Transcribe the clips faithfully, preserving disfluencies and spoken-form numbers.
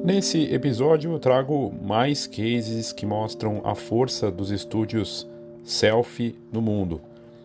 Nesse episódio eu trago mais cases que mostram a força dos estúdios selfie no mundo.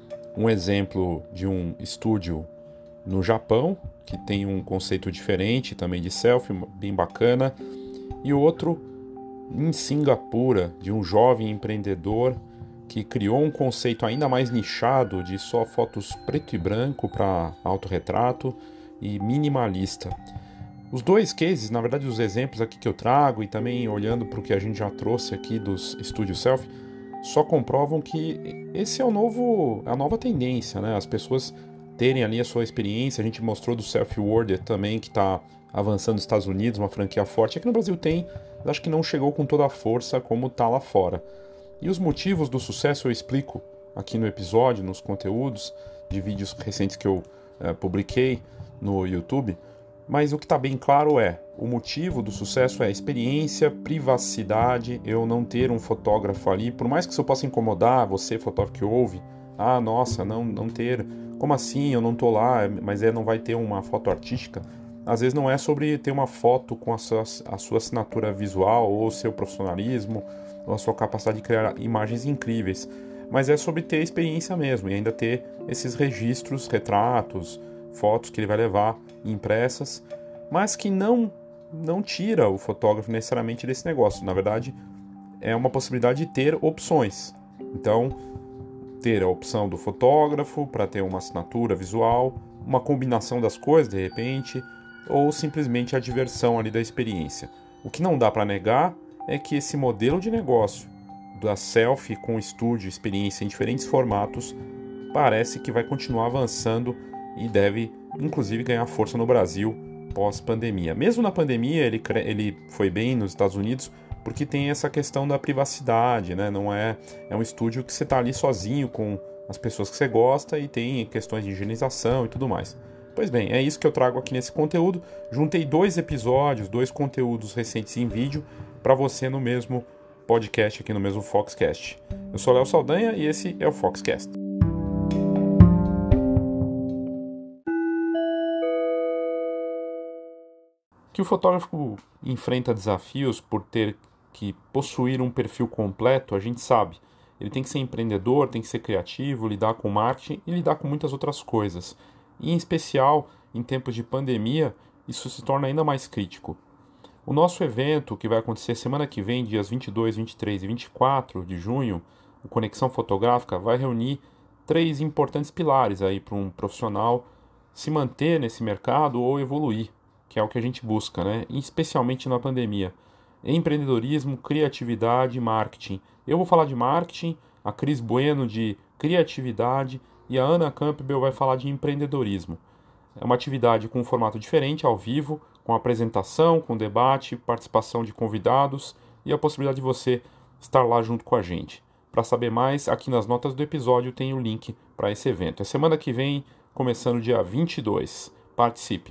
Um exemplo de um estúdio no Japão, que tem um conceito diferente também de selfie, bem bacana, e outro em Singapura, de um jovem empreendedor que criou um conceito ainda mais nichado de só fotos preto e branco para autorretrato e minimalista. Os dois cases, na verdade os exemplos aqui que eu trago e também olhando para o que a gente já trouxe aqui dos estúdios selfie, só comprovam que esse é o novo, a nova tendência, né? As pessoas terem ali a sua experiência. A gente mostrou do Selfie World também, que está avançando nos Estados Unidos, uma franquia forte. Aqui no Brasil tem, mas acho que não chegou com toda a força como está lá fora. E os motivos do sucesso eu explico aqui no episódio, nos conteúdos de vídeos recentes que eu eh, publiquei no YouTube. Mas o que está bem claro é, o motivo do sucesso é experiência, privacidade, eu não ter um fotógrafo ali, por mais que isso possa incomodar você, fotógrafo que ouve, ah, nossa, não, não ter, como assim, eu não tô lá, mas é, não vai ter uma foto artística. Às vezes não é sobre ter uma foto com a sua, a sua assinatura visual, ou seu profissionalismo, ou a sua capacidade de criar imagens incríveis, mas é sobre ter experiência mesmo, e ainda ter esses registros, retratos, fotos que ele vai levar impressas, mas que não não tira o fotógrafo necessariamente desse negócio. Na verdade, é uma possibilidade de ter opções. Então, ter a opção do fotógrafo para ter uma assinatura visual, uma combinação das coisas de repente, ou simplesmente a diversão ali da experiência. O que não dá para negar é que esse modelo de negócio da selfie com estúdio, experiência em diferentes formatos, parece que vai continuar avançando e deve, inclusive, ganhar força no Brasil pós-pandemia. Mesmo na pandemia, ele, ele foi bem nos Estados Unidos, porque tem essa questão da privacidade, né? Não é, é um estúdio que você está ali sozinho com as pessoas que você gosta e tem questões de higienização e tudo mais. Pois bem, é isso que eu trago aqui nesse conteúdo. Juntei dois episódios, dois conteúdos recentes em vídeo para você no mesmo podcast, aqui no mesmo Foxcast. Eu sou Léo Saldanha e esse é o Foxcast. Que o fotógrafo enfrenta desafios por ter que possuir um perfil completo, a gente sabe. Ele tem que ser empreendedor, tem que ser criativo, lidar com marketing e lidar com muitas outras coisas. E, em especial, em tempos de pandemia, isso se torna ainda mais crítico. O nosso evento, que vai acontecer semana que vem, dias vinte e dois, vinte e três e vinte e quatro de junho, o Conexão Fotográfica, vai reunir três importantes pilares aí para um profissional se manter nesse mercado ou evoluir, que é o que a gente busca, né? Especialmente na pandemia. Empreendedorismo, criatividade e marketing. Eu vou falar de marketing, a Cris Bueno de criatividade e a Ana Campbell vai falar de empreendedorismo. É uma atividade com um formato diferente, ao vivo, com apresentação, com debate, participação de convidados e a possibilidade de você estar lá junto com a gente. Para saber mais, aqui nas notas do episódio tem o link para esse evento. É semana que vem, começando dia vinte e dois. Participe!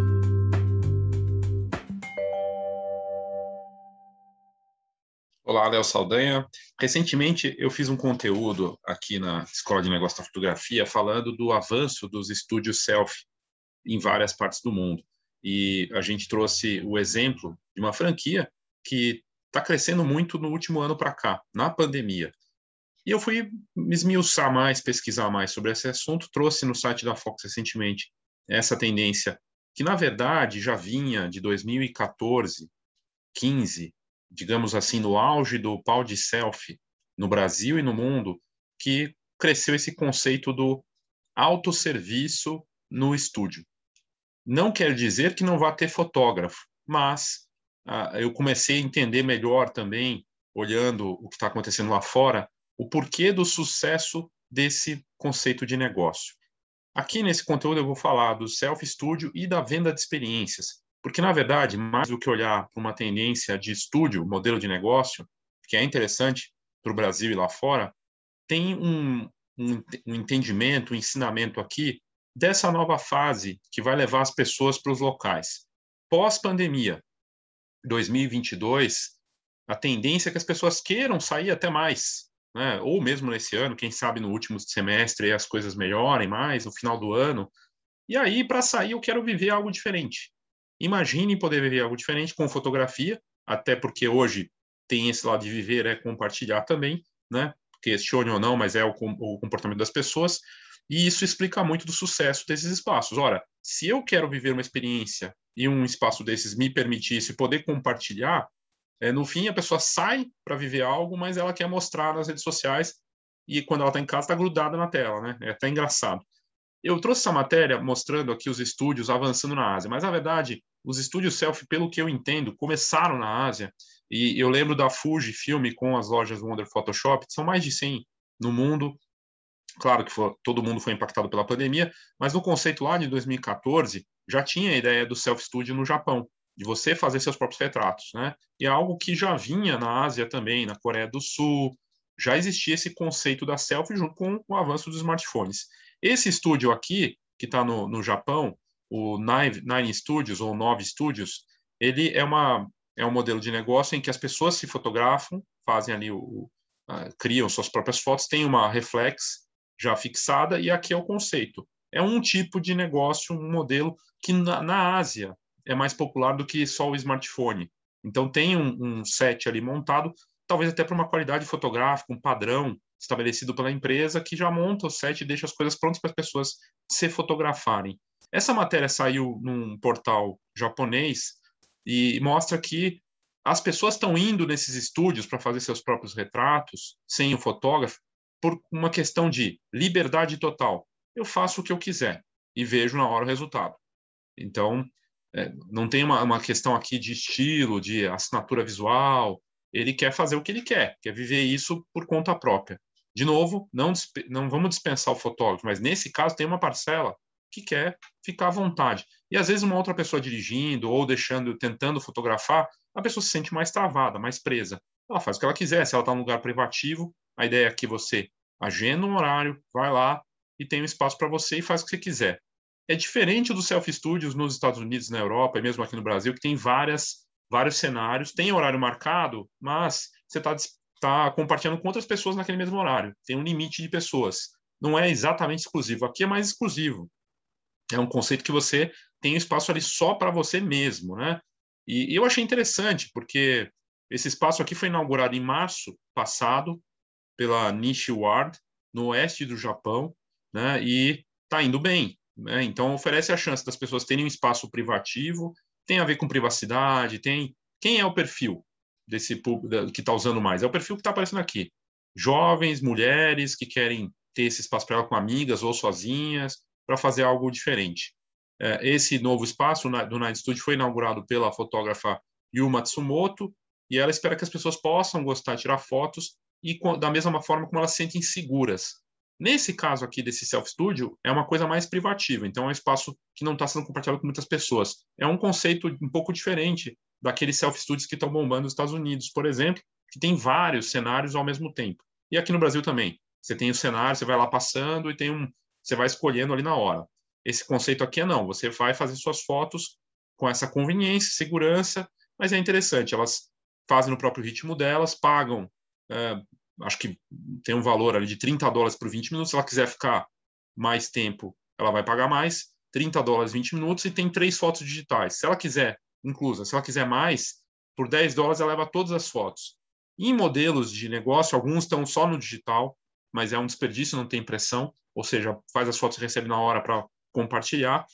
Olá, Léo Saldanha. Recentemente eu fiz um conteúdo aqui na Escola de Negócios da Fotografia falando do avanço dos estúdios selfie em várias partes do mundo. E a gente trouxe o exemplo de uma franquia que está crescendo muito no último ano para cá, na pandemia. E eu fui me esmiuçar mais, pesquisar mais sobre esse assunto, trouxe no site da Fox recentemente essa tendência, que na verdade já vinha de dois mil e quatorze, quinze, digamos assim, no auge do pau de selfie no Brasil e no mundo, que cresceu esse conceito do autosserviço no estúdio. Não quer dizer que não vá ter fotógrafo, mas ah, eu comecei a entender melhor também, olhando o que está acontecendo lá fora, o porquê do sucesso desse conceito de negócio. Aqui nesse conteúdo eu vou falar do self-studio e da venda de experiências, porque, na verdade, mais do que olhar para uma tendência de estúdio, modelo de negócio, que é interessante para o Brasil e lá fora, tem um, um, um entendimento, um ensinamento aqui dessa nova fase que vai levar as pessoas para os locais. Pós-pandemia, dois mil e vinte e dois, a tendência é que as pessoas queiram sair até mais, né? Ou mesmo nesse ano, quem sabe no último semestre as coisas melhorem mais, no final do ano. E aí, para sair, eu quero viver algo diferente. Imagine poder viver algo diferente com fotografia, até porque hoje tem esse lado de viver é compartilhar também, né? Questione ou não, mas é o, o comportamento das pessoas, e isso explica muito do sucesso desses espaços. Ora, se eu quero viver uma experiência e um espaço desses me permitisse poder compartilhar, é, no fim a pessoa sai para viver algo, mas ela quer mostrar nas redes sociais, e quando ela está em casa está grudada na tela, né? É até engraçado. Eu trouxe essa matéria mostrando aqui os estúdios avançando na Ásia, mas na verdade, os estúdios selfie, pelo que eu entendo, começaram na Ásia. E eu lembro da Fuji Filme com as lojas Wonder Photoshop, são mais de cem no mundo. Claro que foi, todo mundo foi impactado pela pandemia, mas no conceito lá de dois mil e quatorze já tinha a ideia do self studio no Japão, de você fazer seus próprios retratos, né? E é algo que já vinha na Ásia também, na Coreia do Sul, já existia esse conceito da selfie junto com o avanço dos smartphones. Esse estúdio aqui, que está no, no Japão, o Nine, Nine Studios ou Nove Studios, ele é, uma, é um modelo de negócio em que as pessoas se fotografam, fazem ali o, o uh, criam suas próprias fotos, tem uma reflex já fixada, e aqui é o conceito. É um tipo de negócio, um modelo que na, na Ásia é mais popular do que só o smartphone. Então tem um, um set ali montado, talvez até para uma qualidade fotográfica, um padrão estabelecido pela empresa, que já monta o set e deixa as coisas prontas para as pessoas se fotografarem. Essa matéria saiu num portal japonês e mostra que as pessoas estão indo nesses estúdios para fazer seus próprios retratos, sem o fotógrafo, por uma questão de liberdade total. Eu faço o que eu quiser e vejo na hora o resultado. Então, é, não tem uma, uma questão aqui de estilo, de assinatura visual. Ele quer fazer o que ele quer, quer viver isso por conta própria. De novo, não, não vamos dispensar o fotógrafo, mas nesse caso tem uma parcela que quer ficar à vontade. E às vezes uma outra pessoa dirigindo ou deixando, tentando fotografar, a pessoa se sente mais travada, mais presa. Ela faz o que ela quiser. Se ela está num lugar privativo, a ideia é que você agenda um horário, vai lá e tem um espaço para você e faz o que você quiser. É diferente dos self-studios nos Estados Unidos, na Europa e mesmo aqui no Brasil, que tem várias, vários cenários, tem horário marcado, mas você está tá compartilhando com outras pessoas naquele mesmo horário. Tem um limite de pessoas. Não é exatamente exclusivo. Aqui é mais exclusivo. É um conceito que você tem um espaço ali só para você mesmo, né? E, e eu achei interessante, porque esse espaço aqui foi inaugurado em março passado pela Nishi Ward, no oeste do Japão, né? E está indo bem, né? Então oferece a chance das pessoas terem um espaço privativo, tem a ver com privacidade, tem quem é o perfil desse público que está usando mais? É o perfil que está aparecendo aqui. Jovens, mulheres que querem ter esse espaço para ela com amigas ou sozinhas, para fazer algo diferente. Esse novo espaço do Night Studio foi inaugurado pela fotógrafa Yu Matsumoto, e ela espera que as pessoas possam gostar de tirar fotos e da mesma forma como elas se sentem seguras. Nesse caso aqui desse self-studio, é uma coisa mais privativa, então é um espaço que não está sendo compartilhado com muitas pessoas. É um conceito um pouco diferente daqueles self-studios que estão bombando nos Estados Unidos, por exemplo, que tem vários cenários ao mesmo tempo. E aqui no Brasil também. Você tem o cenário, você vai lá passando e tem um, você vai escolhendo ali na hora. Esse conceito aqui é não, você vai fazer suas fotos com essa conveniência, segurança, mas é interessante, elas fazem no próprio ritmo delas, pagam, é, acho que tem um valor ali de trinta dólares por vinte minutos, se ela quiser ficar mais tempo, ela vai pagar mais, trinta dólares, vinte minutos, e tem três fotos digitais. Se ela quiser, inclusa, se ela quiser mais, por dez dólares ela leva todas as fotos. Em modelos de negócio, alguns estão só no digital, mas é um desperdício, não tem impressão, ou seja, faz as fotos e recebe na hora para compartilhar.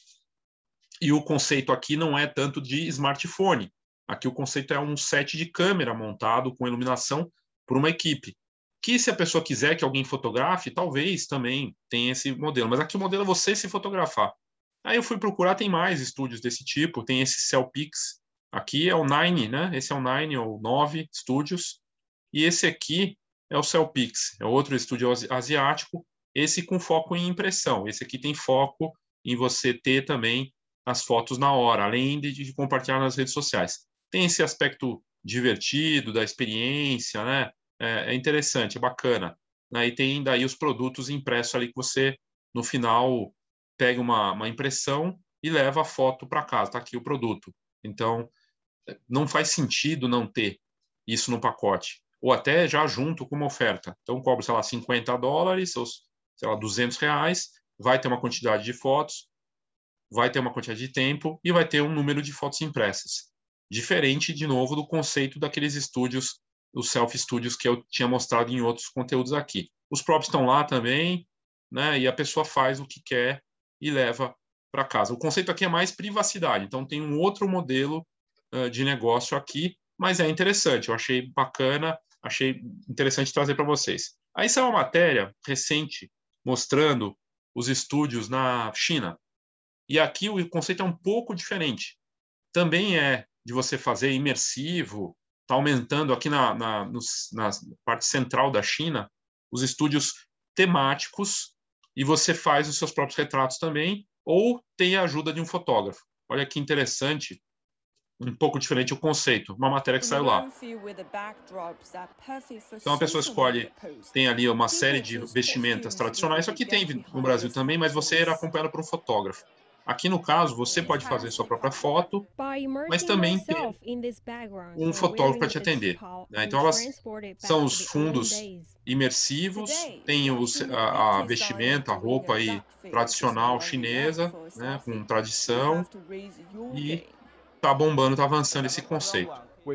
E o conceito aqui não é tanto de smartphone. Aqui o conceito é um set de câmera montado com iluminação por uma equipe. Que se a pessoa quiser que alguém fotografe, talvez também tenha esse modelo. Mas aqui o modelo é você se fotografar. Aí eu fui procurar, tem mais estúdios desse tipo, tem esse Cellpix. Aqui é o Nine, né? Esse é o Nine ou Nove Studios. E esse aqui é o Cellpix, é outro estúdio asiático, esse com foco em impressão. Esse aqui tem foco em você ter também as fotos na hora, além de, de compartilhar nas redes sociais. Tem esse aspecto divertido da experiência, né? É, é interessante, é bacana. Né? E tem daí os produtos impressos ali que você, no final, pega uma, uma impressão e leva a foto para casa. Está aqui o produto. Então, não faz sentido não ter isso no pacote. Ou até já junto com uma oferta. Então, cobra, sei lá, cinquenta dólares, ou, sei lá, duzentos reais, vai ter uma quantidade de fotos, vai ter uma quantidade de tempo e vai ter um número de fotos impressas. Diferente, de novo, do conceito daqueles estúdios, os self-studios que eu tinha mostrado em outros conteúdos aqui. Os props estão lá também, né, e a pessoa faz o que quer e leva para casa. O conceito aqui é mais privacidade, então tem um outro modelo uh, de negócio aqui, mas é interessante, eu achei bacana, achei interessante trazer para vocês. Aí saiu uma matéria recente mostrando os estúdios na China. E aqui o conceito é um pouco diferente. Também é de você fazer imersivo, está aumentando aqui na, na, nos, na parte central da China, os estúdios temáticos, e você faz os seus próprios retratos também, ou tem a ajuda de um fotógrafo. Olha que interessante, um pouco diferente o conceito, uma matéria que saiu lá. Então a pessoa escolhe, tem ali uma série de vestimentas tradicionais, isso aqui tem no Brasil também, mas você era acompanhado por um fotógrafo. Aqui no caso, você pode fazer sua própria foto, mas também ter um fotógrafo para te atender, né? Então elas são os fundos imersivos, tem os, a, a vestimenta, a roupa aí tradicional chinesa, né, com tradição, e tá bombando, tá avançando esse conceito.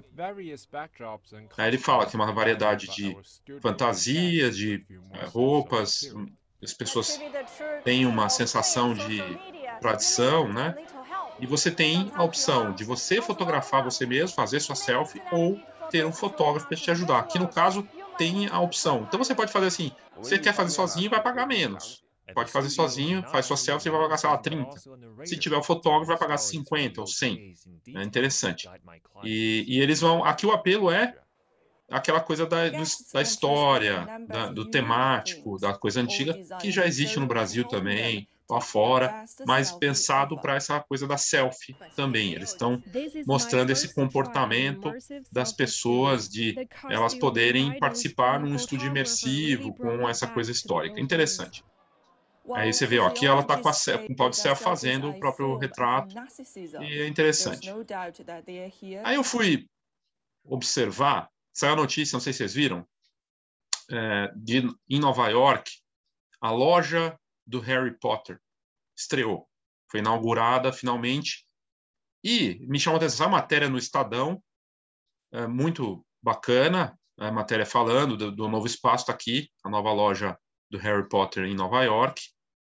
Aí ele fala que tem uma variedade de fantasias, de é, roupas, as pessoas têm uma sensação de tradição, né? E você tem a opção de você fotografar você mesmo, fazer sua selfie, ou ter um fotógrafo para te ajudar. Aqui no caso tem a opção. Então você pode fazer assim, você quer fazer sozinho, vai pagar menos. Pode fazer sozinho, faz sua selfie, vai pagar, sei lá, trinta. Se tiver o fotógrafo, vai pagar cinquenta ou cem. É interessante. E, e eles vão... Aqui o apelo é aquela coisa da, do, da história, da, do temático, da coisa antiga, que já existe no Brasil também, lá fora, mas pensado para essa coisa da selfie também. Eles estão mostrando esse comportamento das pessoas de elas poderem participar num estúdio imersivo com essa coisa histórica. Interessante. Aí você vê, ó, aqui ela está com, com o pau de serra fazendo o próprio retrato, e é interessante. Aí eu fui observar, saiu a notícia, não sei se vocês viram, é, de, em Nova York, a loja do Harry Potter estreou, foi inaugurada finalmente, e me chamou a atenção a matéria no Estadão, é, muito bacana, a matéria falando do, do novo espaço, está aqui, a nova loja do Harry Potter em Nova York.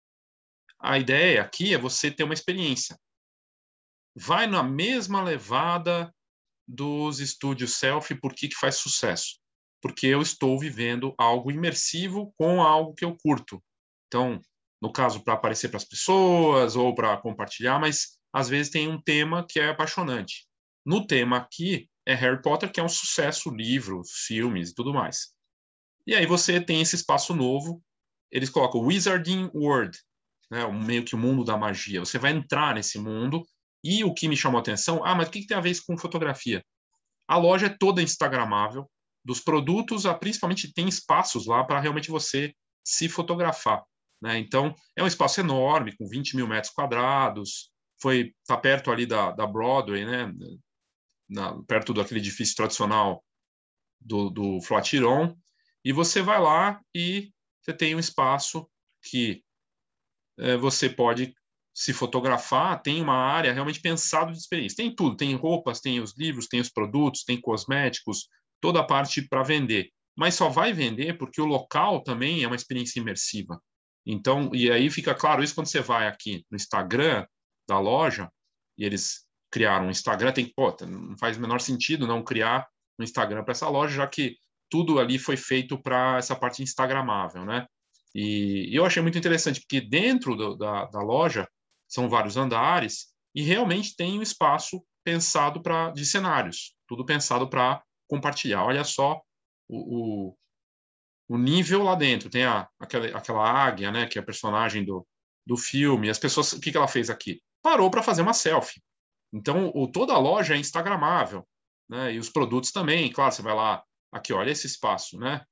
A ideia aqui é você ter uma experiência. Vai na mesma levada dos estúdios selfie, por que que faz sucesso? Porque eu estou vivendo algo imersivo com algo que eu curto. Então, no caso, para aparecer para as pessoas ou para compartilhar, mas às vezes tem um tema que é apaixonante. No tema aqui é Harry Potter, que é um sucesso, livros, filmes e tudo mais. E aí você tem esse espaço novo, eles colocam Wizarding World, né, meio que o mundo da magia. Você vai entrar nesse mundo. E o que me chamou a atenção, ah, mas o que tem a ver isso com fotografia? A loja é toda instagramável, dos produtos, principalmente tem espaços lá para realmente você se fotografar, né? Então, é um espaço enorme, com vinte mil metros quadrados, foi, tá perto ali da, da Broadway, né? Na, perto daquele edifício tradicional do, do Flatiron, e você vai lá e você tem um espaço que é, você pode se fotografar, tem uma área realmente pensada de experiência. Tem tudo, tem roupas, tem os livros, tem os produtos, tem cosméticos, toda a parte para vender. Mas só vai vender porque o local também é uma experiência imersiva. Então, e aí fica claro isso quando você vai aqui no Instagram da loja, e eles criaram um Instagram, tem, pô, não faz o menor sentido não criar um Instagram para essa loja, já que tudo ali foi feito para essa parte instagramável, né? E, e eu achei muito interessante, porque dentro do, da, da loja são vários andares e realmente tem um espaço pensado para de cenários, tudo pensado para compartilhar. Olha só o, o, o nível lá dentro. Tem a, aquela, aquela águia, né, que é a personagem do, do filme. As pessoas, o que, que ela fez aqui? Parou para fazer uma selfie. Então, o, toda a loja é instagramável, né, e os produtos também. Claro, você vai lá, aqui, olha esse espaço, né?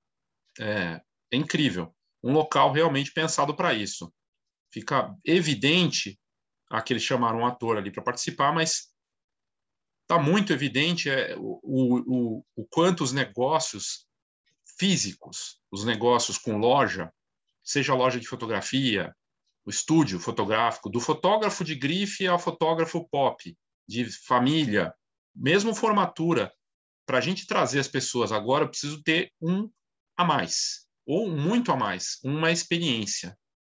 É, é incrível. Um local realmente pensado para isso. Fica evidente, aqui eles chamaram um ator ali para participar, mas está muito evidente é, o, o, o quanto os negócios físicos, os negócios com loja, seja loja de fotografia, o estúdio fotográfico, do fotógrafo de grife ao fotógrafo pop, de família, mesmo formatura, para a gente trazer as pessoas agora, eu preciso ter um a mais, ou muito a mais, uma experiência.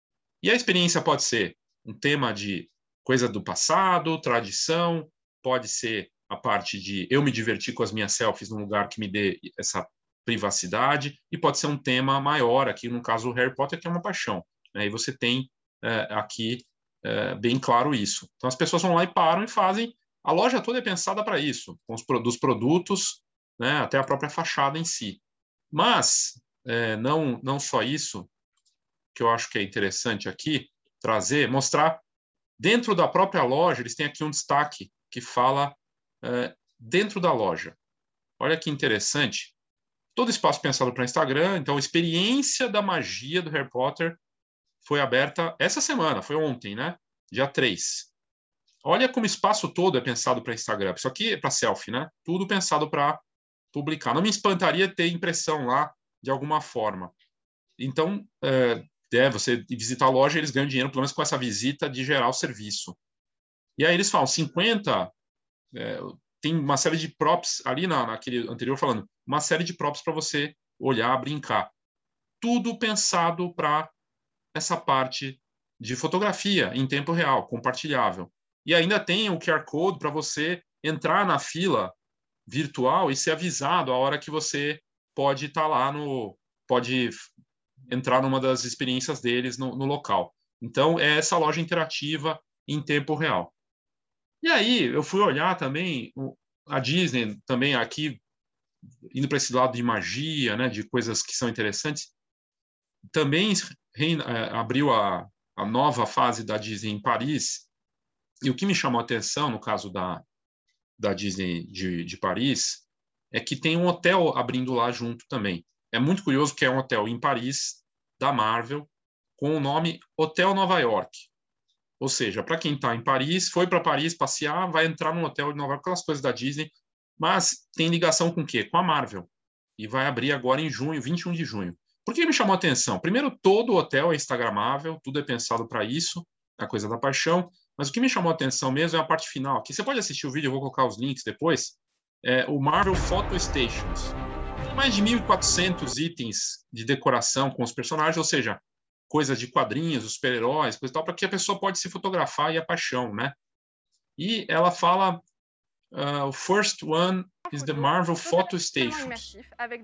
E a experiência pode ser um tema de coisa do passado, tradição, pode ser a parte de eu me divertir com as minhas selfies num lugar que me dê essa privacidade, e pode ser um tema maior, aqui no caso do Harry Potter, que é uma paixão, né? E você tem é, aqui é, bem claro isso. Então as pessoas vão lá e param e fazem, a loja toda é pensada para isso, com os dos produtos, né, até a própria fachada em si. Mas é, não, não só isso, que eu acho que é interessante aqui, trazer, mostrar, dentro da própria loja, eles têm aqui um destaque que fala é, dentro da loja. Olha que interessante. Todo espaço pensado para Instagram, então a experiência da magia do Harry Potter foi aberta essa semana, foi ontem, né? dia três. Olha como o espaço todo é pensado para Instagram. Isso aqui é para selfie, né? Tudo pensado para publicar. Não me espantaria ter impressão lá de alguma forma. Então, é, é, você visitar a loja, eles ganham dinheiro, pelo menos com essa visita, de gerar o serviço. E aí eles falam, cinquenta... É, tem uma série de props ali na, naquele anterior falando, uma série de props para você olhar, brincar. Tudo pensado para essa parte de fotografia em tempo real, compartilhável. E ainda tem o Q R Code para você entrar na fila virtual e ser avisado a hora que você pode estar tá lá no... pode entrar numa das experiências deles no, no local. Então, é essa loja interativa em tempo real. E aí, eu fui olhar também a Disney, também aqui, indo para esse lado de magia, né, de coisas que são interessantes, também reina, abriu a, a nova fase da Disney em Paris, e o que me chamou a atenção, no caso da, da Disney de, de Paris, é que tem um hotel abrindo lá junto também. É muito curioso que é um hotel em Paris, da Marvel, com o nome Hotel Nova York. Ou seja, para quem está em Paris, foi para Paris passear, vai entrar num hotel de Nova York, aquelas coisas da Disney, mas tem ligação com o quê? Com a Marvel. E vai abrir agora em junho, vinte e um de junho. Por que me chamou a atenção? Primeiro, todo o hotel é instagramável, tudo é pensado para isso, a coisa da paixão, mas o que me chamou a atenção mesmo é a parte final. Aqui você pode assistir o vídeo, eu vou colocar os links depois, é o Marvel Photo Stations. Tem mais de mil e quatrocentos itens de decoração com os personagens, ou seja, coisas de quadrinhos, os super-heróis, coisa e tal, para que a pessoa pode se fotografar e a paixão, né? E ela fala, uh, o first one is the Marvel Photo Stations.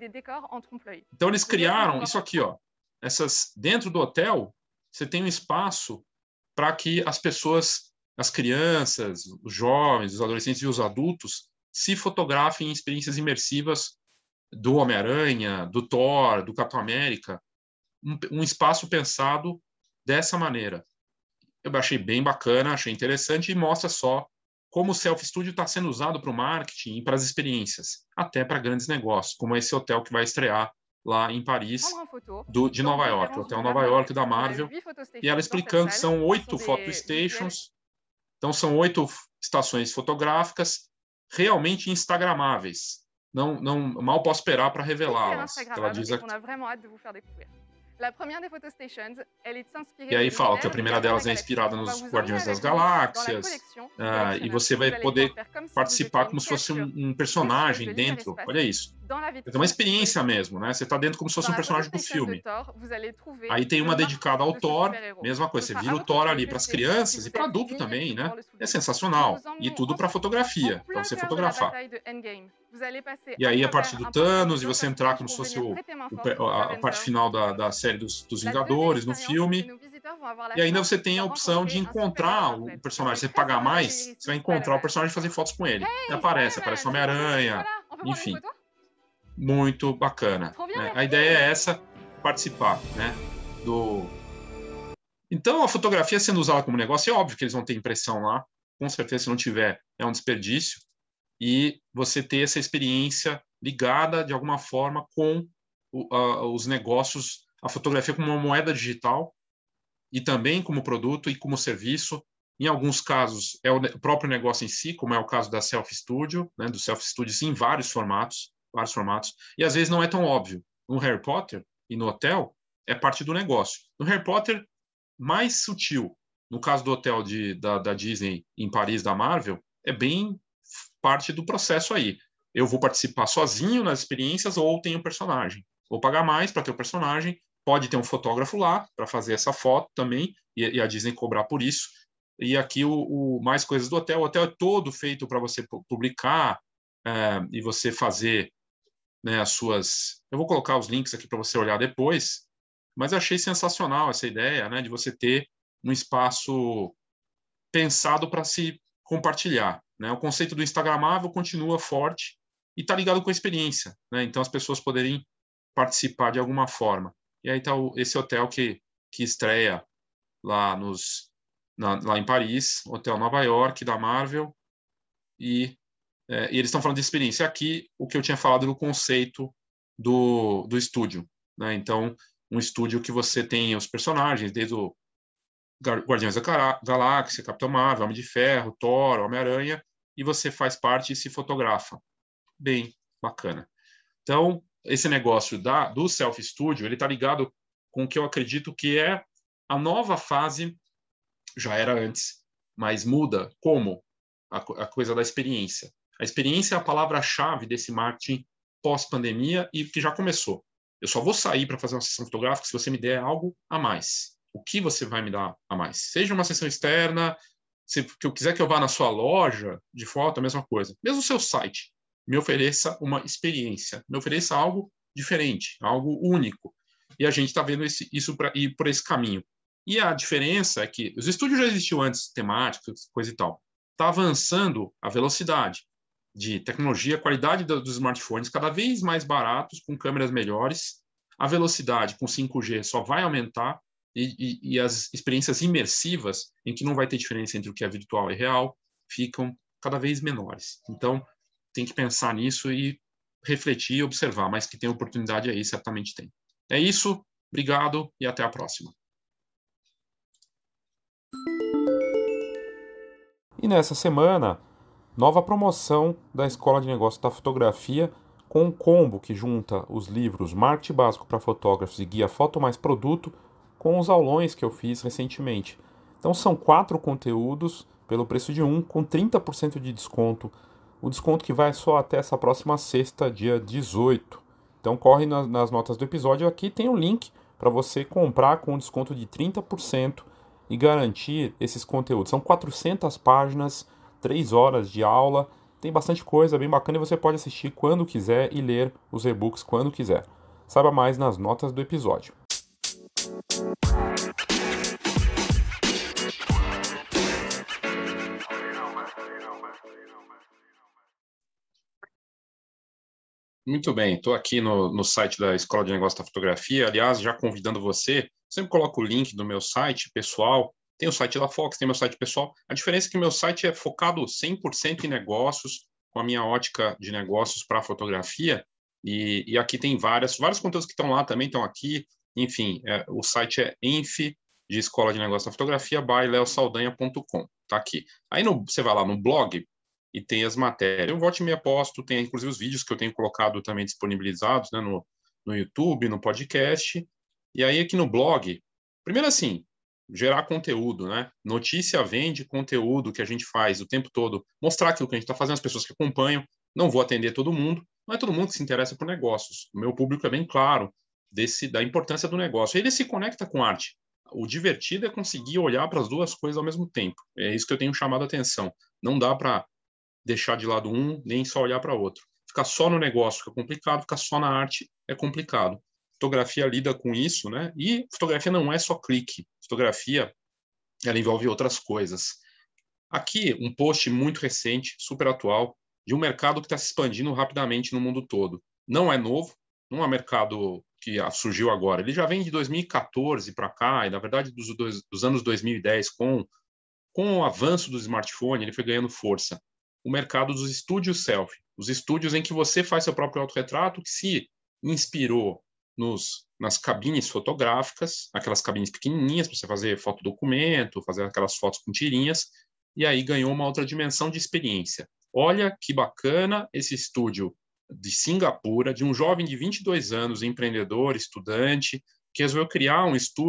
Então eles criaram isso aqui, ó. Essas, dentro do hotel, você tem um espaço para que as pessoas, as crianças, os jovens, os adolescentes e os adultos se fotografem em experiências imersivas do Homem-Aranha, do Thor, do Capitão América, um, um espaço pensado dessa maneira. Eu achei bem bacana, achei interessante e mostra só como o Selfie Studio está sendo usado para o marketing e para as experiências, até para grandes negócios, como esse hotel que vai estrear lá em Paris, do, de Nova York, o Hotel Nova York da Marvel, e ela explicando que são oito photo stations, então são oito estações fotográficas realmente instagramáveis. Não, não, mal posso esperar para revelá-las. Ela diz aqui. E aí fala que a primeira delas é inspirada nos Guardiões das Galáxias, uh, e você vai poder participar como se fosse um, um personagem dentro. Olha isso. É uma experiência mesmo, né? Você está dentro como se fosse um personagem do filme. Aí tem uma dedicada ao Thor, mesma coisa. Você vira o Thor ali para as crianças e para adulto também, né? É sensacional. E tudo para fotografia, para você fotografar. E aí a partir do Thanos, e você entrar como se fosse o, o, a, a parte final da, da série dos, dos Vingadores, no filme. E ainda você tem a opção de encontrar o personagem. Você pagar mais, você vai encontrar o personagem e fazer fotos com ele. E aparece, aparece o Homem-Aranha, enfim. Muito bacana. Né? A ideia é essa, participar, né? Do... Então, a fotografia sendo usada como negócio, é óbvio que eles vão ter impressão lá. Com certeza, se não tiver, é um desperdício. E você ter essa experiência ligada, de alguma forma, com o, a, os negócios, a fotografia como uma moeda digital e também como produto e como serviço. Em alguns casos, é o próprio negócio em si, como é o caso da Selfie Studio, né, do Selfie Studio, sim, em vários formatos, vários formatos. E às vezes não é tão óbvio. No Harry Potter e no hotel, é parte do negócio. No Harry Potter, mais sutil. No caso do hotel de, da, da Disney em Paris, da Marvel, é bem parte do processo aí. Eu vou participar sozinho nas experiências ou tenho um personagem. Vou pagar mais para ter o um personagem, pode ter um fotógrafo lá para fazer essa foto também, e, e a Disney cobrar por isso. E aqui o, o mais coisas do hotel. O hotel é todo feito para você publicar é, e você fazer, né, as suas... Eu vou colocar os links aqui para você olhar depois, mas eu achei sensacional essa ideia, né, de você ter um espaço pensado para se compartilhar, né? O conceito do instagramável continua forte e está ligado com a experiência, né? Então as pessoas poderem participar de alguma forma. E aí está esse hotel que, que estreia lá, nos, na, lá em Paris, Hotel Nova York, da Marvel, e, é, e eles estão falando de experiência. Aqui, o que eu tinha falado do conceito do, do estúdio, né? Então, um estúdio que você tem os personagens, desde o Guardiões da Galáxia, Capitão Marvel, Homem de Ferro, Thor, Homem-Aranha, e você faz parte e se fotografa. Bem bacana. Então, esse negócio da, do self-studio, ele está ligado com o que eu acredito que é a nova fase, já era antes, mas muda. Como? A, a coisa da experiência. A experiência é a palavra-chave desse marketing pós-pandemia e que já começou. Eu só vou sair para fazer uma sessão fotográfica se você me der algo a mais. O que você vai me dar a mais? Seja uma sessão externa, se eu quiser que eu vá na sua loja de foto, a mesma coisa. Mesmo o seu site, me ofereça uma experiência, me ofereça algo diferente, algo único. E a gente está vendo esse, isso para ir por esse caminho. E a diferença é que os estúdios já existiam antes, temáticos, coisa e tal. Está avançando a velocidade de tecnologia, a qualidade dos smartphones cada vez mais baratos, com câmeras melhores. A velocidade com cinco G só vai aumentar. E, e, e as experiências imersivas, em que não vai ter diferença entre o que é virtual e real, ficam cada vez menores. Então, tem que pensar nisso e refletir e observar, mas que tem oportunidade aí, certamente tem. É isso, obrigado e até a próxima. E nessa semana, nova promoção da Escola de Negócios da Fotografia, com um combo que junta os livros Marketing Básico para Fotógrafos e Guia Foto Mais Produto, com os aulões que eu fiz recentemente. Então são quatro conteúdos pelo preço de um, com trinta por cento de desconto. O desconto que vai só até essa próxima sexta, dia dezoito. Então corre nas, nas notas do episódio. Aqui tem um link para você comprar com desconto de trinta por cento e garantir esses conteúdos. São quatrocentas páginas, três horas de aula. Tem bastante coisa bem bacana e você pode assistir quando quiser e ler os e-books quando quiser. Saiba mais nas notas do episódio. Muito bem, estou aqui no, no site da Escola de Negócios da Fotografia. Aliás, já convidando você, sempre coloco o link do meu site pessoal. Tem o site da Fox, tem meu site pessoal. A diferença é que o meu site é focado cem por cento em negócios, com a minha ótica de negócios para fotografia. E, e aqui tem várias, vários conteúdos que estão lá também, estão aqui. Enfim, é, o site é enf, de Escola de Negócios da Fotografia, by leo saldanha ponto com. Está aqui. Aí no, você vai lá no blog, e tem as matérias. Eu volto e meia posto, tem inclusive os vídeos que eu tenho colocado também disponibilizados, né, no, no YouTube, no podcast. E aí aqui no blog, primeiro assim, gerar conteúdo, né? Notícia vende conteúdo que a gente faz o tempo todo, mostrar aquilo que a gente está fazendo, as pessoas que acompanham. Não vou atender todo mundo, não é todo mundo que se interessa por negócios. O meu público é bem claro desse, da importância do negócio. Ele se conecta com arte. O divertido é conseguir olhar para as duas coisas ao mesmo tempo. É isso que eu tenho chamado a atenção. Não dá para deixar de lado um, nem só olhar para outro. Ficar só no negócio é complicado, ficar só na arte é complicado. Fotografia lida com isso, né? E fotografia não é só clique. Fotografia, ela envolve outras coisas. Aqui, um post muito recente, super atual, de um mercado que está se expandindo rapidamente no mundo todo. Não é novo, não é um mercado que surgiu agora. Ele já vem de dois mil e quatorze para cá, e na verdade dos, dos, dos anos dois mil e dez, com, com o avanço do smartphone, ele foi ganhando força. O mercado dos estúdios selfie, os estúdios em que você faz seu próprio autorretrato, que se inspirou nos, nas cabines fotográficas, aquelas cabines pequenininhas para você fazer fotodocumento, fazer aquelas fotos com tirinhas, e aí ganhou uma outra dimensão de experiência. Olha que bacana esse estúdio de Singapura, de um jovem de vinte e dois anos, empreendedor, estudante, que resolveu criar um estúdio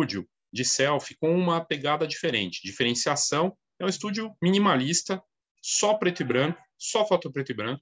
de selfie com uma pegada diferente. Diferenciação é um estúdio minimalista, só preto e branco, só foto preto e branco,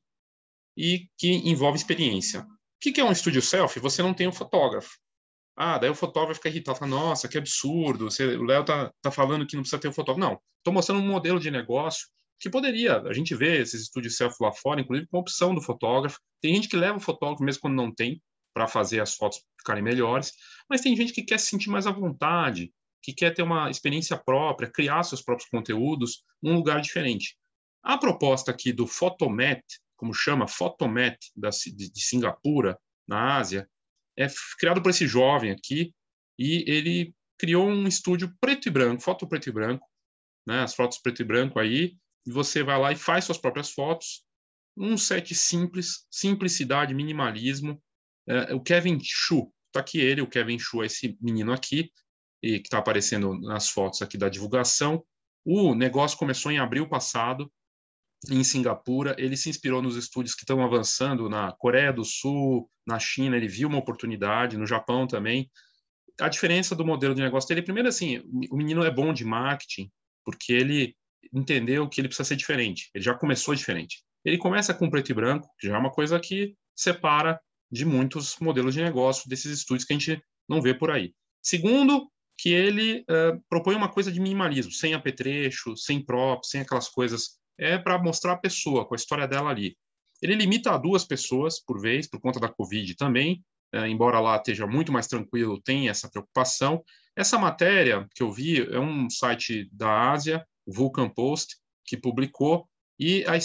e que envolve experiência. O que é um estúdio selfie? Você não tem um fotógrafo. Ah, daí o fotógrafo fica irritado, fala, nossa, que absurdo, você, o Léo tá, tá falando que não precisa ter um fotógrafo. Não, estou mostrando um modelo de negócio que poderia, a gente vê esses estúdios selfie lá fora, inclusive com a opção do fotógrafo. Tem gente que leva o fotógrafo mesmo quando não tem, para fazer as fotos ficarem melhores, mas tem gente que quer se sentir mais à vontade, que quer ter uma experiência própria, criar seus próprios conteúdos num lugar diferente. A proposta aqui do Photomat, como chama, Photomat da, de, de Singapura, na Ásia, é criado por esse jovem aqui, e ele criou um estúdio preto e branco, foto preto e branco, né, as fotos preto e branco aí, e você vai lá e faz suas próprias fotos, um set simples, simplicidade, minimalismo. É, o Kevin Xu, tá aqui ele, o Kevin Xu é esse menino aqui, e que está aparecendo nas fotos aqui da divulgação. O negócio começou em abril passado, em Singapura. Ele se inspirou nos estúdios que estão avançando na Coreia do Sul, na China. Ele viu uma oportunidade, no Japão também. A diferença do modelo de negócio dele, primeiro assim, o menino é bom de marketing, porque ele entendeu que ele precisa ser diferente. Ele já começou diferente. Ele começa com preto e branco, que já é uma coisa que separa de muitos modelos de negócio desses estúdios que a gente não vê por aí. Segundo, que ele uh, propõe uma coisa de minimalismo, sem apetrecho, sem props, sem aquelas coisas. É para mostrar a pessoa, com a história dela ali. Ele limita a duas pessoas por vez, por conta da Covid também, é, embora lá esteja muito mais tranquilo, tem essa preocupação. Essa matéria que eu vi é um site da Ásia, o Vulcan Post, que publicou, e a,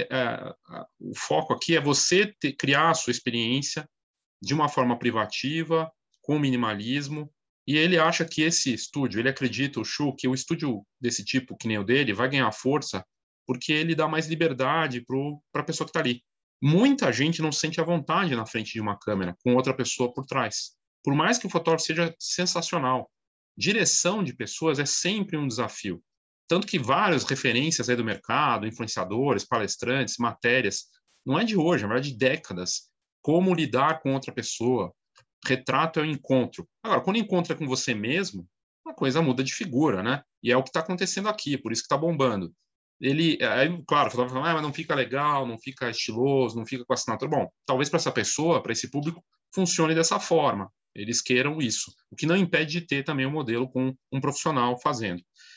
a, a, o foco aqui é você ter, criar a sua experiência de uma forma privativa, com minimalismo, e ele acha que esse estúdio, ele acredita, o Xu, que o estúdio desse tipo, que nem o dele, vai ganhar força porque ele dá mais liberdade para a pessoa que está ali. Muita gente não se sente à vontade na frente de uma câmera, com outra pessoa por trás. Por mais que o fotógrafo seja sensacional, direção de pessoas é sempre um desafio. Tanto que várias referências aí do mercado, influenciadores, palestrantes, matérias, não é de hoje, é verdade de décadas. Como lidar com outra pessoa. Retrato é o encontro. Agora, quando encontra com você mesmo, a coisa muda de figura, né? E é o que está acontecendo aqui, por isso que está bombando. Ele, aí, claro, o fotógrafo fala, ah, mas não fica legal, não fica estiloso, não fica com assinatura. Bom, talvez para essa pessoa, para esse público, funcione dessa forma. Eles queiram isso. O que não impede de ter também um modelo com um profissional fazendo.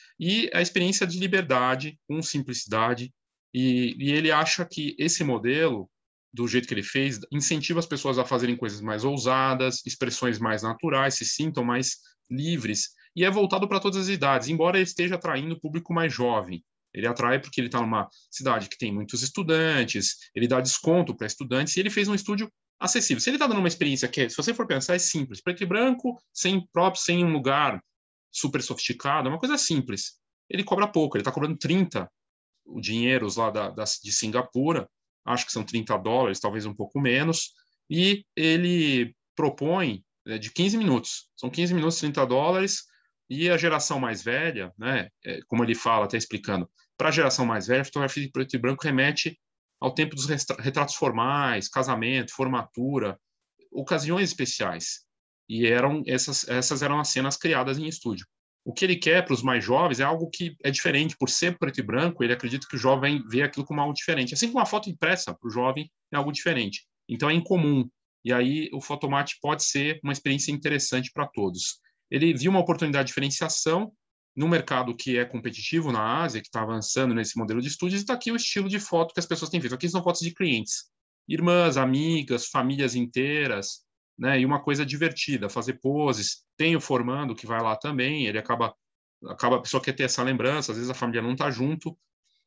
E a experiência de liberdade, com simplicidade, e, e ele acha que esse modelo, do jeito que ele fez, incentiva as pessoas a fazerem coisas mais ousadas, expressões mais naturais, se sintam mais livres, e é voltado para todas as idades, embora ele esteja atraindo o público mais jovem. Ele atrai porque ele está numa cidade que tem muitos estudantes, ele dá desconto para estudantes, e ele fez um estúdio acessível. Se ele está dando uma experiência que, se você for pensar, é simples, preto e branco, sem props, sem um lugar super sofisticado, é uma coisa simples. Ele cobra pouco, ele está cobrando trinta o dinheiros lá da, da, de Singapura, acho que são trinta dólares, talvez um pouco menos, e ele propõe é, de quinze minutos. São quinze minutos, trinta dólares, e a geração mais velha, né, é, como ele fala, até explicando, para a geração mais velha, a fotografia de preto e branco remete ao tempo dos retratos formais, casamento, formatura, ocasiões especiais. E eram essas, essas eram as cenas criadas em estúdio. O que ele quer para os mais jovens é algo que é diferente. Por ser preto e branco, ele acredita que o jovem vê aquilo como algo diferente. Assim como uma foto impressa para o jovem é algo diferente. Então é incomum. E aí o Photomat pode ser uma experiência interessante para todos. Ele viu uma oportunidade de diferenciação no mercado que é competitivo na Ásia, que está avançando nesse modelo de estúdios, e está aqui o estilo de foto que as pessoas têm feito. Aqui são fotos de clientes. Irmãs, amigas, famílias inteiras, né? E uma coisa divertida, fazer poses. Tem o formando que vai lá também, ele acaba, acaba a pessoa quer ter essa lembrança, às vezes a família não está junto,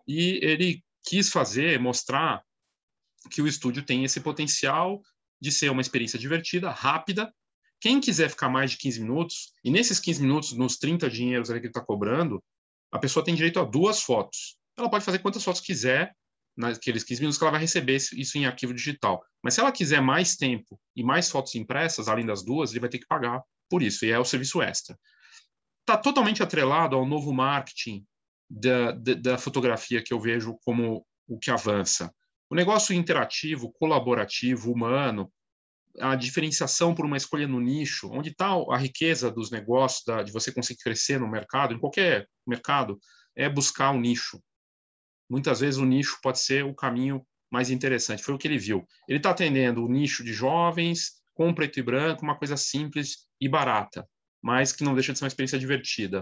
e ele quis fazer, mostrar que o estúdio tem esse potencial de ser uma experiência divertida, rápida. Quem quiser ficar mais de quinze minutos, e nesses quinze minutos, nos trinta dinheiros ali que ele está cobrando, a pessoa tem direito a duas fotos. Ela pode fazer quantas fotos quiser, naqueles quinze minutos que ela vai receber isso em arquivo digital. Mas se ela quiser mais tempo e mais fotos impressas, além das duas, ele vai ter que pagar por isso, e é o serviço extra. Está totalmente atrelado ao novo marketing da, da, da fotografia que eu vejo como o que avança. O negócio interativo, colaborativo, humano, a diferenciação por uma escolha no nicho, onde está a riqueza dos negócios, da, de você conseguir crescer no mercado, em qualquer mercado, é buscar um nicho. Muitas vezes o nicho pode ser o caminho mais interessante. Foi o que ele viu. Ele está atendendo o nicho de jovens, com preto e branco, uma coisa simples e barata, mas que não deixa de ser uma experiência divertida.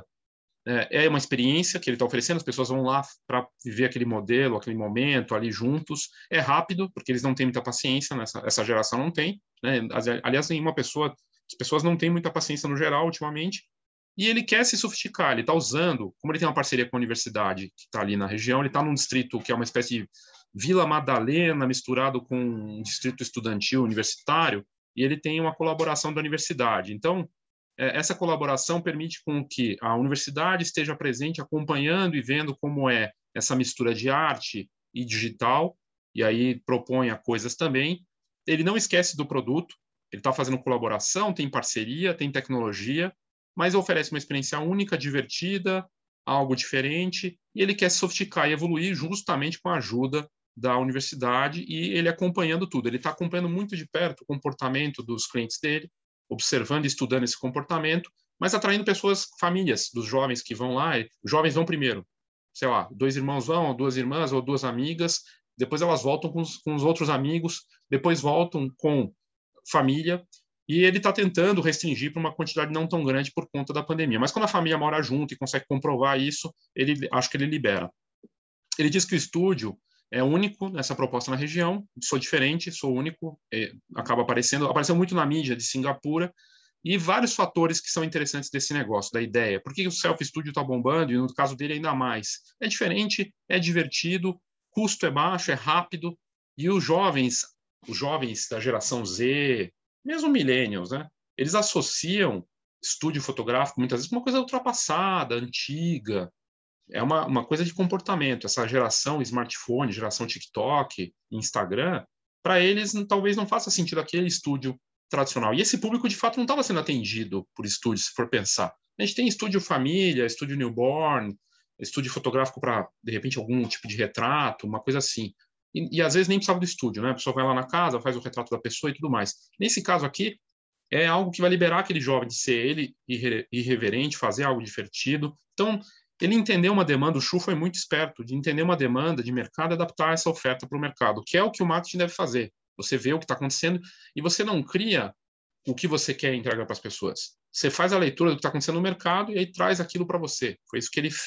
É uma experiência que ele está oferecendo, as pessoas vão lá para viver aquele modelo, aquele momento ali juntos. É rápido, porque eles não têm muita paciência, nessa, essa geração não tem. Né? Aliás, nenhuma pessoa, as pessoas não têm muita paciência no geral ultimamente. E ele quer se sofisticar, ele está usando, como ele tem uma parceria com a universidade que está ali na região, ele está num distrito que é uma espécie de Vila Madalena misturado com um distrito estudantil universitário, e ele tem uma colaboração da universidade. Então, essa colaboração permite com que a universidade esteja presente, acompanhando e vendo como é essa mistura de arte e digital, e aí proponha coisas também. Ele não esquece do produto, ele está fazendo colaboração, tem parceria, tem tecnologia, mas oferece uma experiência única, divertida, algo diferente, e ele quer se sofisticar e evoluir justamente com a ajuda da universidade, e ele acompanhando tudo. Ele está acompanhando muito de perto o comportamento dos clientes dele, observando e estudando esse comportamento, mas atraindo pessoas, famílias dos jovens que vão lá. Os jovens vão primeiro, sei lá, dois irmãos vão, ou duas irmãs, ou duas amigas, depois elas voltam com os, com os outros amigos, depois voltam com família, e ele está tentando restringir para uma quantidade não tão grande por conta da pandemia. Mas quando a família mora junto e consegue comprovar isso, ele acho que ele libera. Ele diz que o estúdio é único nessa proposta na região, sou diferente, sou único, é, acaba aparecendo, apareceu muito na mídia de Singapura, e vários fatores que são interessantes desse negócio, da ideia. Por que o self-studio está bombando, e no caso dele ainda mais? É diferente, é divertido, custo é baixo, é rápido, e os jovens, os jovens da geração Z, mesmo millennials, né? Eles associam estúdio fotográfico muitas vezes com uma coisa ultrapassada, antiga. É uma, uma coisa de comportamento. Essa geração smartphone, geração TikTok, Instagram, para eles talvez não faça sentido aquele estúdio tradicional. E esse público, de fato, não estava sendo atendido por estúdios, se for pensar. A gente tem estúdio família, estúdio newborn, estúdio fotográfico para, de repente, algum tipo de retrato, uma coisa assim. E, e às vezes nem precisava do estúdio, né? A pessoa vai lá na casa, faz o retrato da pessoa e tudo mais. Nesse caso aqui, é algo que vai liberar aquele jovem de ser ele irre irreverente, fazer algo divertido. Então, ele entendeu uma demanda, o Chu foi muito esperto de entender uma demanda de mercado e adaptar essa oferta para o mercado, que é o que o marketing deve fazer. Você vê o que está acontecendo e você não cria o que você quer entregar para as pessoas. Você faz a leitura do que está acontecendo no mercado e aí traz aquilo para você. Foi isso que ele,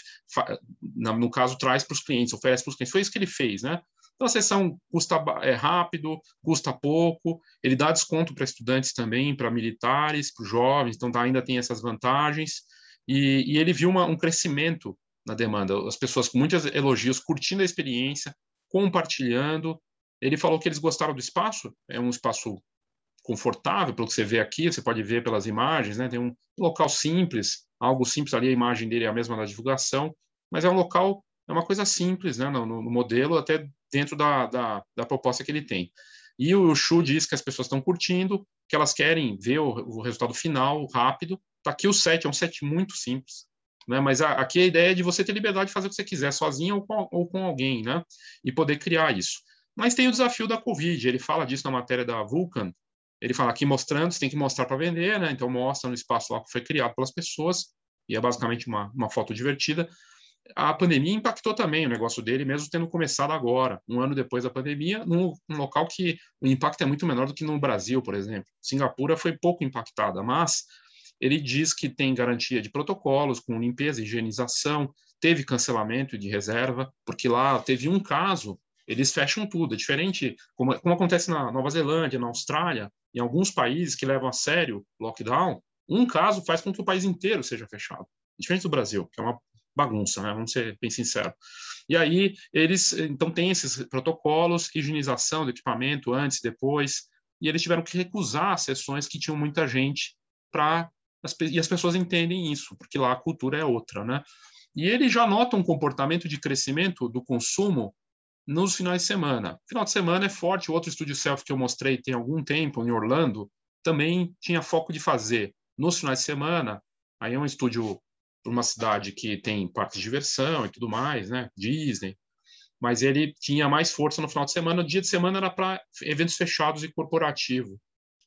no caso, traz para os clientes, oferece para os clientes. Foi isso que ele fez, né? Então, a sessão custa é rápido, custa pouco, ele dá desconto para estudantes também, para militares, para jovens, então ainda tem essas vantagens. E, e ele viu uma, um crescimento na demanda, as pessoas com muitos elogios, curtindo a experiência, compartilhando. Ele falou que eles gostaram do espaço, é um espaço confortável, pelo que você vê aqui, você pode ver pelas imagens, né? Tem um local simples, algo simples ali, a imagem dele é a mesma da divulgação, mas é um local, é uma coisa simples, né? No, no modelo, até dentro da, da, da proposta que ele tem. E o Chu diz que as pessoas estão curtindo, que elas querem ver o, o resultado final rápido. Tá aqui o set, é um set muito simples, né? Mas a, aqui a ideia é de você ter liberdade de fazer o que você quiser, sozinho ou com, ou com alguém, né? E poder criar isso. Mas tem o desafio da Covid, ele fala disso na matéria da Vulcan, ele fala aqui mostrando, você tem que mostrar para vender, né? Então mostra no espaço lá que foi criado pelas pessoas, e é basicamente uma, uma foto divertida. A pandemia impactou também o negócio dele, mesmo tendo começado agora, um ano depois da pandemia, num, num local que o impacto é muito menor do que no Brasil, por exemplo. Singapura foi pouco impactada, mas ele diz que tem garantia de protocolos com limpeza, higienização, teve cancelamento de reserva, porque lá teve um caso, eles fecham tudo. É diferente, como, como acontece na Nova Zelândia, na Austrália, em alguns países que levam a sério lockdown, um caso faz com que o país inteiro seja fechado. Diferente do Brasil, que é uma bagunça, né? Vamos ser bem sinceros. E aí, eles, então, tem esses protocolos, higienização do equipamento antes e depois, e eles tiveram que recusar sessões que tinham muita gente para... E as pessoas entendem isso, porque lá a cultura é outra, né? E ele já nota um comportamento de crescimento do consumo nos finais de semana. Final de semana é forte. O outro estúdio selfie que eu mostrei tem algum tempo, em Orlando, também tinha foco de fazer nos finais de semana. Aí é um estúdio para uma cidade que tem parques de diversão e tudo mais, né? Disney. Mas ele tinha mais força no final de semana. O dia de semana era para eventos fechados e corporativo.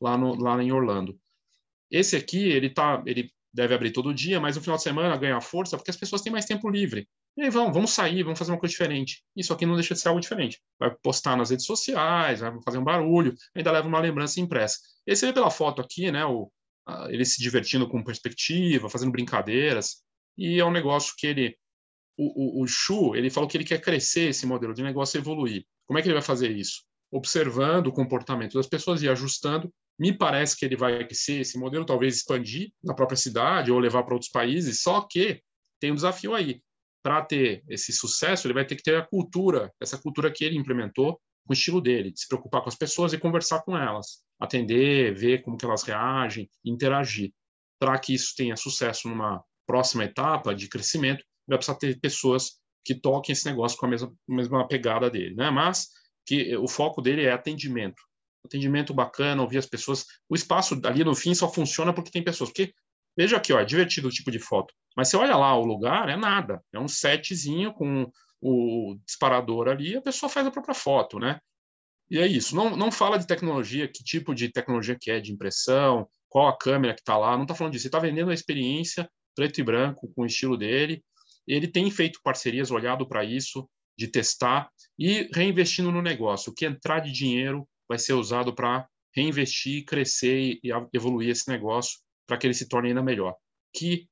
lá, no, lá em Orlando. Esse aqui, ele, tá, ele deve abrir todo dia, mas no final de semana ganha força porque as pessoas têm mais tempo livre. E aí vão, vamos sair, vamos fazer uma coisa diferente. Isso aqui não deixa de ser algo diferente. Vai postar nas redes sociais, vai fazer um barulho, ainda leva uma lembrança impressa. Esse você vê pela foto aqui, né? O, a, ele se divertindo com perspectiva, fazendo brincadeiras. E é um negócio que ele... O, o, o Xu, ele falou que ele quer crescer esse modelo de negócio e evoluir. Como é que ele vai fazer isso? Observando o comportamento das pessoas e ajustando. Me parece que ele vai crescer esse modelo, talvez expandir na própria cidade ou levar para outros países, só que tem um desafio aí. Para ter esse sucesso, ele vai ter que ter a cultura, essa cultura que ele implementou com o estilo dele, de se preocupar com as pessoas e conversar com elas, atender, ver como que elas reagem, interagir. Para que isso tenha sucesso numa próxima etapa de crescimento, vai precisar ter pessoas que toquem esse negócio com a mesma, a mesma pegada dele, né? Mas que o foco dele é atendimento. Atendimento bacana, ouvir as pessoas. O espaço ali no fim só funciona porque tem pessoas. Porque, veja aqui, ó, é divertido o tipo de foto. Mas você olha lá o lugar, é nada. É um setzinho com o disparador ali, a pessoa faz a própria foto, né? E é isso. Não, não fala de tecnologia, que tipo de tecnologia que é, de impressão, qual a câmera que está lá. Não está falando disso. Você está vendendo a experiência preto e branco, com o estilo dele. Ele tem feito parcerias, olhado para isso, de testar e reinvestindo no negócio. O que entrar de dinheiro vai ser usado para reinvestir, crescer e evoluir esse negócio para que ele se torne ainda melhor. Que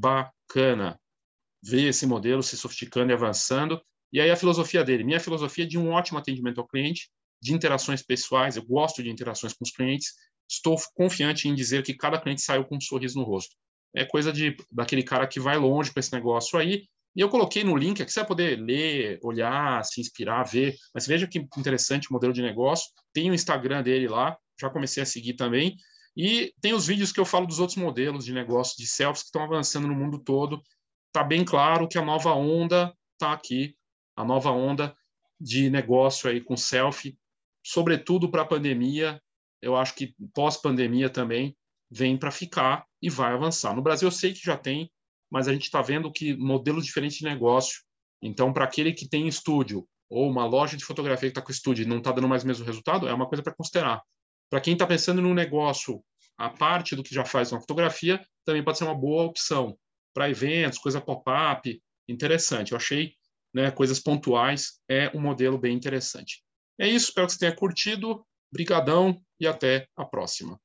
bacana ver esse modelo se sofisticando e avançando. E aí a filosofia dele. Minha filosofia é de um ótimo atendimento ao cliente, de interações pessoais. Eu gosto de interações com os clientes. Estou confiante em dizer que cada cliente saiu com um sorriso no rosto. É coisa de, daquele cara que vai longe com esse negócio aí. E eu coloquei no link, aqui você vai poder ler, olhar, se inspirar, ver. Mas veja que interessante o modelo de negócio. Tem o Instagram dele lá, já comecei a seguir também. E tem os vídeos que eu falo dos outros modelos de negócio de selfies que estão avançando no mundo todo. Está bem claro que a nova onda está aqui, a nova onda de negócio aí com selfie, sobretudo para a pandemia. Eu acho que pós-pandemia também vem para ficar e vai avançar. No Brasil eu sei que já tem, mas a gente está vendo que modelos diferentes de negócio. Então, para aquele que tem estúdio ou uma loja de fotografia que está com estúdio e não está dando mais o mesmo resultado, é uma coisa para considerar. Para quem está pensando num negócio, a parte do que já faz uma fotografia, também pode ser uma boa opção. Para eventos, coisa pop-up, interessante. Eu achei, né, coisas pontuais, é um modelo bem interessante. É isso, espero que você tenha curtido. Brigadão e até a próxima.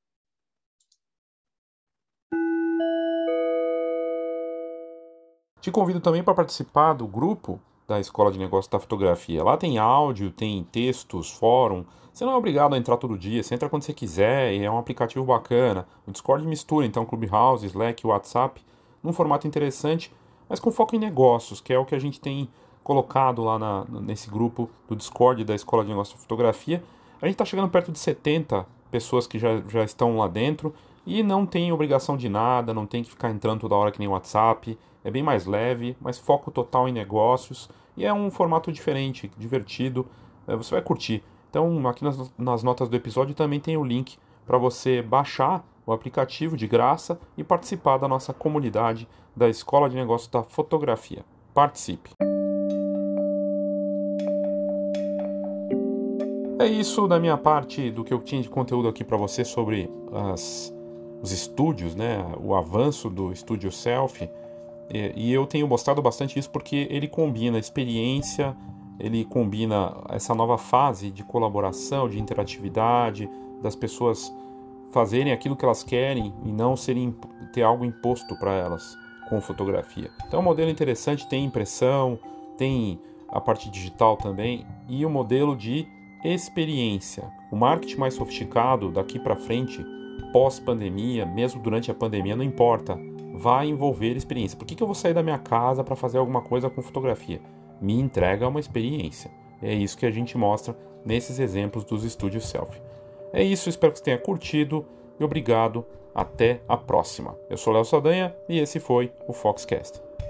Te convido também para participar do grupo da Escola de Negócios da Fotografia. Lá tem áudio, tem textos, fórum. Você não é obrigado a entrar todo dia, você entra quando você quiser e é um aplicativo bacana. O Discord mistura, então, Clubhouse, Slack, WhatsApp, num formato interessante, mas com foco em negócios, que é o que a gente tem colocado lá na, nesse grupo do Discord da Escola de Negócios da Fotografia. A gente está chegando perto de setenta pessoas que já, já estão lá dentro e não tem obrigação de nada, não tem que ficar entrando toda hora que nem WhatsApp. É bem mais leve, mas foco total em negócios. E é um formato diferente, divertido. Você vai curtir. Então, aqui nas, nas notas do episódio também tem o link para você baixar o aplicativo de graça e participar da nossa comunidade da Escola de Negócios da Fotografia. Participe! É isso da minha parte, do que eu tinha de conteúdo aqui para você sobre as, os estúdios, né? O avanço do estúdio selfie. E eu tenho gostado bastante disso porque ele combina experiência, ele combina essa nova fase de colaboração, de interatividade, das pessoas fazerem aquilo que elas querem e não serem, ter algo imposto para elas com fotografia. Então é um modelo interessante, tem impressão, tem a parte digital também e o modelo de experiência. O marketing mais sofisticado daqui para frente, pós-pandemia, mesmo durante a pandemia, não importa. Vai envolver experiência. Por que que eu vou sair da minha casa para fazer alguma coisa com fotografia? Me entrega uma experiência. É isso que a gente mostra nesses exemplos dos estúdios selfie. É isso, espero que você tenha curtido e obrigado. Até a próxima. Eu sou Léo Saldanha e esse foi o Foxcast.